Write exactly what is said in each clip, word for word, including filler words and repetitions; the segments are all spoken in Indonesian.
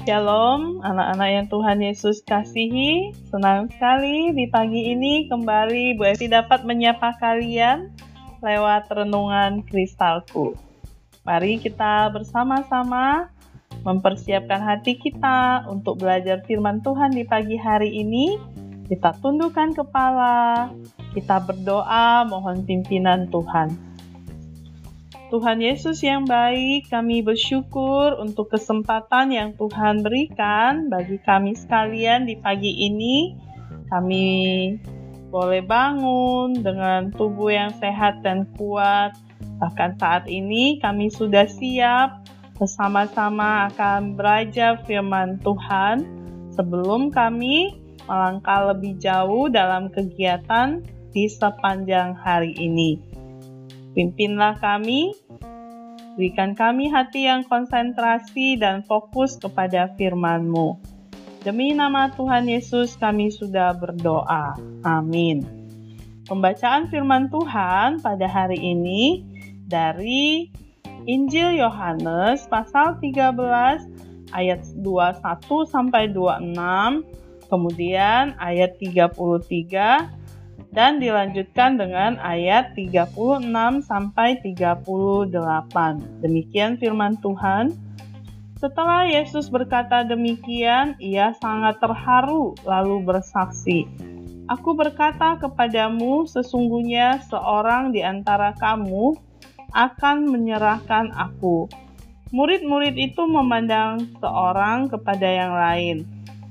Shalom, anak-anak yang Tuhan Yesus kasihi. Senang sekali di pagi ini kembali Bu Evi dapat menyapa kalian lewat renungan kristalku. Mari kita bersama-sama mempersiapkan hati kita untuk belajar firman Tuhan di pagi hari ini. Kita tundukkan kepala, kita berdoa mohon pimpinan Tuhan. Tuhan Yesus yang baik, kami bersyukur untuk kesempatan yang Tuhan berikan bagi kami sekalian di pagi ini. Kami boleh bangun dengan tubuh yang sehat dan kuat. Bahkan saat ini kami sudah siap bersama-sama akan belajar firman Tuhan sebelum kami melangkah lebih jauh dalam kegiatan di sepanjang hari ini. Pimpinlah kami, berikan kami hati yang konsentrasi dan fokus kepada firman-Mu. Demi nama Tuhan Yesus kami sudah berdoa. Amin. Pembacaan firman Tuhan pada hari ini dari Injil Yohanes pasal tiga belas ayat dua puluh satu sampai dua puluh enam, kemudian ayat tiga puluh tiga dan dilanjutkan dengan ayat tiga puluh enam sampai tiga puluh delapan. Demikian firman Tuhan. Setelah Yesus berkata demikian, ia sangat terharu lalu bersaksi, "Aku berkata kepadamu, sesungguhnya seorang di antara kamu akan menyerahkan aku." Murid-murid itu memandang seorang kepada yang lain.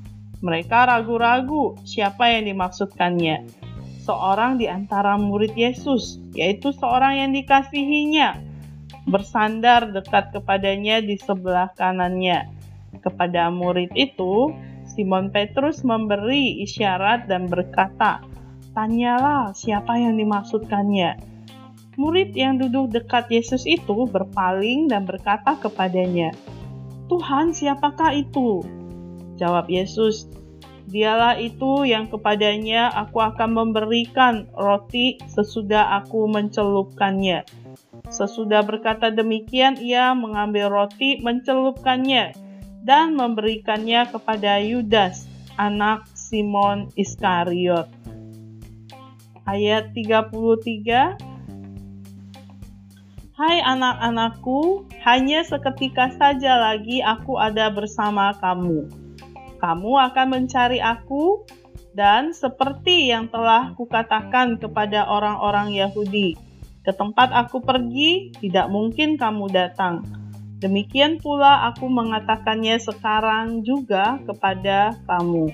Mereka ragu-ragu siapa yang dimaksudkannya. Seorang di antara murid Yesus, yaitu seorang yang dikasihinya, bersandar dekat kepadanya di sebelah kanannya. Kepada murid itu, Simon Petrus memberi isyarat dan berkata, "Tanyalah siapa yang dimaksudkannya." Murid yang duduk dekat Yesus itu berpaling dan berkata kepadanya, "Tuhan, siapakah itu?" Jawab Yesus, "Dialah itu yang kepadanya aku akan memberikan roti sesudah aku mencelupkannya." Sesudah berkata demikian, ia mengambil roti, mencelupkannya, dan memberikannya kepada Yudas, anak Simon Iskariot. Ayat tiga puluh tiga. "Hai anak-anakku, hanya seketika saja lagi aku ada bersama kamu. Kamu akan mencari aku, dan seperti yang telah kukatakan kepada orang-orang Yahudi, ke tempat aku pergi, tidak mungkin kamu datang. Demikian pula aku mengatakannya sekarang juga kepada kamu."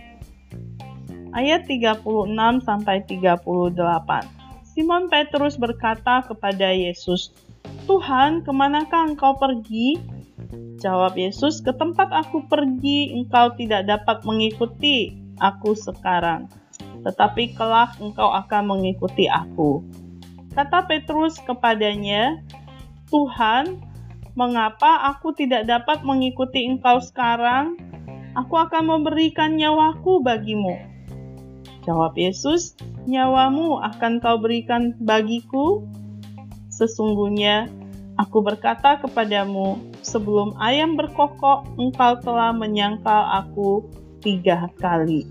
Ayat tiga puluh enam sampai tiga puluh delapan. Simon Petrus berkata kepada Yesus, "Tuhan, kemanakah engkau pergi?" Jawab Yesus, "Ke tempat aku pergi, engkau tidak dapat mengikuti aku sekarang, tetapi kelak engkau akan mengikuti aku." Kata Petrus kepadanya, "Tuhan, mengapa aku tidak dapat mengikuti engkau sekarang? Aku akan memberikan nyawaku bagimu." Jawab Yesus, "Nyawamu akan kau berikan bagiku? Sesungguhnya aku berkata kepadamu, sebelum ayam berkokok, engkau telah menyangkal aku tiga kali."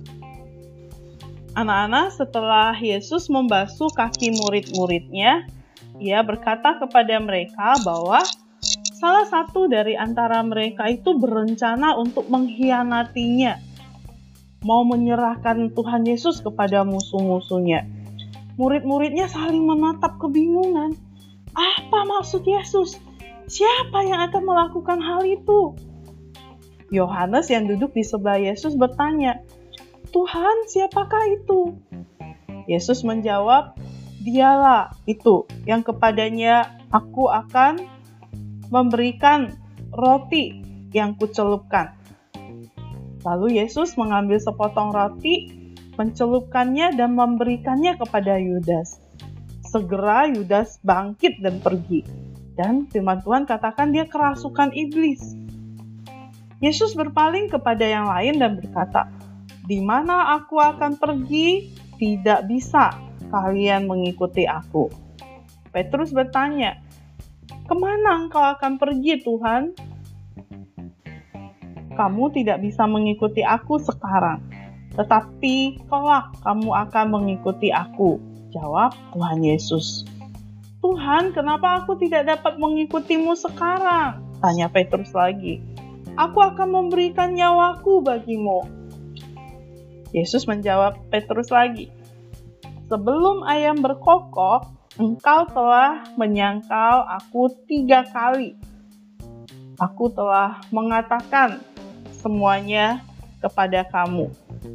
Anak-anak, setelah Yesus membasuh kaki murid-muridnya, ia berkata kepada mereka bahwa salah satu dari antara mereka itu berencana untuk mengkhianatinya, mau menyerahkan Tuhan Yesus kepada musuh-musuhnya. Murid-muridnya saling menatap kebingungan. Apa maksud Yesus? Siapa yang akan melakukan hal itu? Yohanes yang duduk di sebelah Yesus bertanya, "Tuhan, siapakah itu?" Yesus menjawab, "Dialah itu yang kepadanya aku akan memberikan roti yang kucelupkan." Lalu Yesus mengambil sepotong roti, mencelupkannya dan memberikannya kepada Yudas. Segera Yudas bangkit dan pergi. Dan firman Tuhan katakan dia kerasukan iblis. Yesus berpaling kepada yang lain dan berkata, "Di mana aku akan pergi, tidak bisa kalian mengikuti aku." Petrus bertanya, "Kemana engkau akan pergi, Tuhan?" kamu tidak bisa mengikuti aku sekarang, tetapi kelak kamu akan mengikuti aku, jawab Tuhan Yesus. Tuhan, kenapa aku tidak dapat mengikutimu sekarang? Tanya Petrus lagi. Aku akan memberikan nyawaku bagimu. Yesus menjawab Petrus lagi. Sebelum ayam berkokok, engkau telah menyangkal aku tiga kali. Aku telah mengatakan semuanya kepada kamu.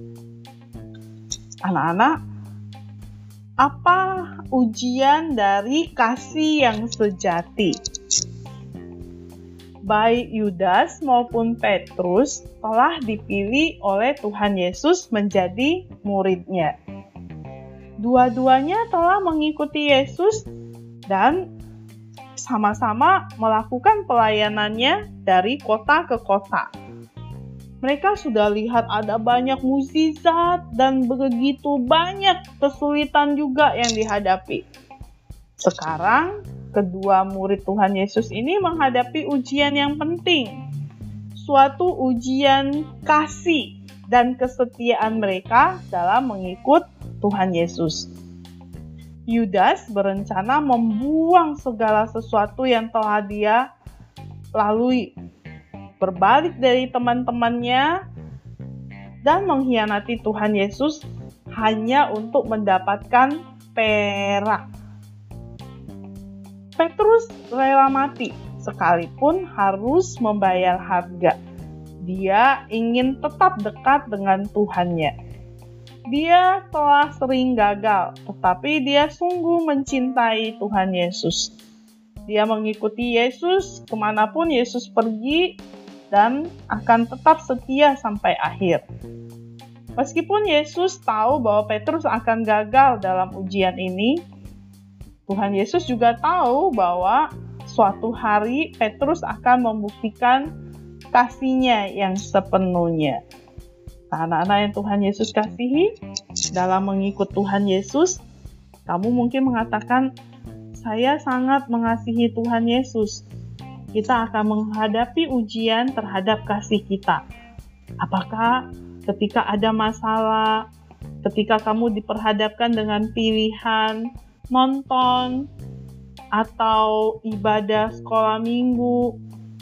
Anak-anak, apa ujian dari kasih yang sejati? Baik Yudas maupun Petrus telah dipilih oleh Tuhan Yesus menjadi murid-Nya. Dua-duanya telah mengikuti Yesus dan sama-sama melakukan pelayanannya dari kota ke kota. Mereka sudah lihat ada banyak mukjizat dan begitu banyak kesulitan juga yang dihadapi. Sekarang, kedua murid Tuhan Yesus ini menghadapi ujian yang penting. Suatu ujian kasih dan kesetiaan mereka dalam mengikut Tuhan Yesus. Yudas berencana membuang segala sesuatu yang telah dia lalui, berbalik dari teman-temannya, dan mengkhianati Tuhan Yesus hanya untuk mendapatkan perak. Petrus rela mati, sekalipun harus membayar harga. Dia ingin tetap dekat dengan Tuhannya. Dia telah sering gagal, tetapi dia sungguh mencintai Tuhan Yesus. Dia mengikuti Yesus kemanapun Yesus pergi dan akan tetap setia sampai akhir. Meskipun Yesus tahu bahwa Petrus akan gagal dalam ujian ini, Tuhan Yesus juga tahu bahwa suatu hari Petrus akan membuktikan kasih-Nya yang sepenuhnya. Anak-anak yang Tuhan Yesus kasihi, dalam mengikut Tuhan Yesus, kamu mungkin mengatakan, saya sangat mengasihi Tuhan Yesus. Kita akan menghadapi ujian terhadap kasih kita. Apakah ketika ada masalah, ketika kamu diperhadapkan dengan pilihan nonton atau ibadah sekolah minggu,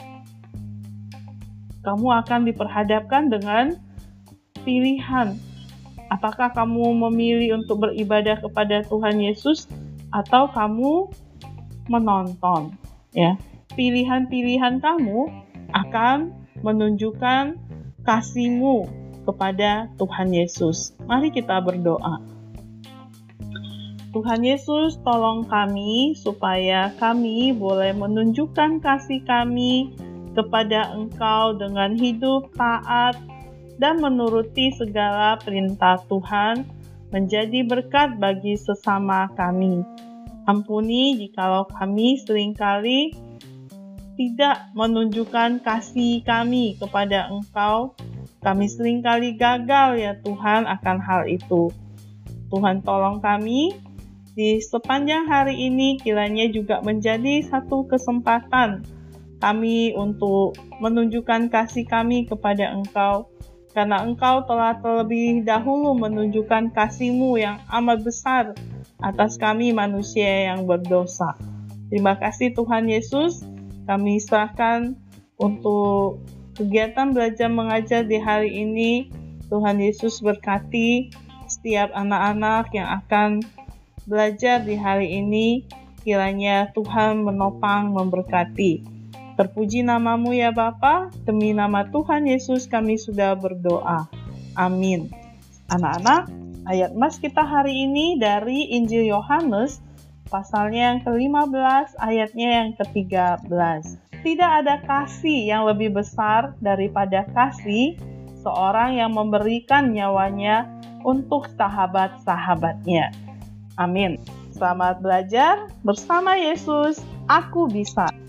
kamu akan diperhadapkan dengan pilihan. Apakah kamu memilih untuk beribadah kepada Tuhan Yesus atau kamu menonton? Ya, pilihan-pilihan kamu akan menunjukkan kasih-Mu kepada Tuhan Yesus. Mari kita berdoa. Tuhan Yesus, tolong kami supaya kami boleh menunjukkan kasih kami kepada Engkau dengan hidup taat dan menuruti segala perintah Tuhan, menjadi berkat bagi sesama kami. Ampuni jikalau kami seringkali tidak menunjukkan kasih kami kepada Engkau. Kami seringkali gagal ya Tuhan akan hal itu. Tuhan tolong kami di sepanjang hari ini, kiranya juga menjadi satu kesempatan kami untuk menunjukkan kasih kami kepada Engkau, karena Engkau telah terlebih dahulu menunjukkan kasih-Mu yang amat besar atas kami manusia yang berdosa. Terima kasih Tuhan Yesus, kami serahkan untuk kegiatan belajar mengajar di hari ini. Tuhan Yesus berkati setiap anak-anak yang akan belajar di hari ini, kiranya Tuhan menopang, memberkati. Terpuji nama-Mu ya Bapa, demi nama Tuhan Yesus kami sudah berdoa. Amin. Anak-anak, ayat mas kita hari ini dari Injil Yohanes, pasalnya yang kelima belas, ayatnya yang ketiga belas. Tidak ada kasih yang lebih besar daripada kasih seorang yang memberikan nyawanya untuk sahabat-sahabatnya. Amin. Selamat belajar bersama Yesus. Aku bisa.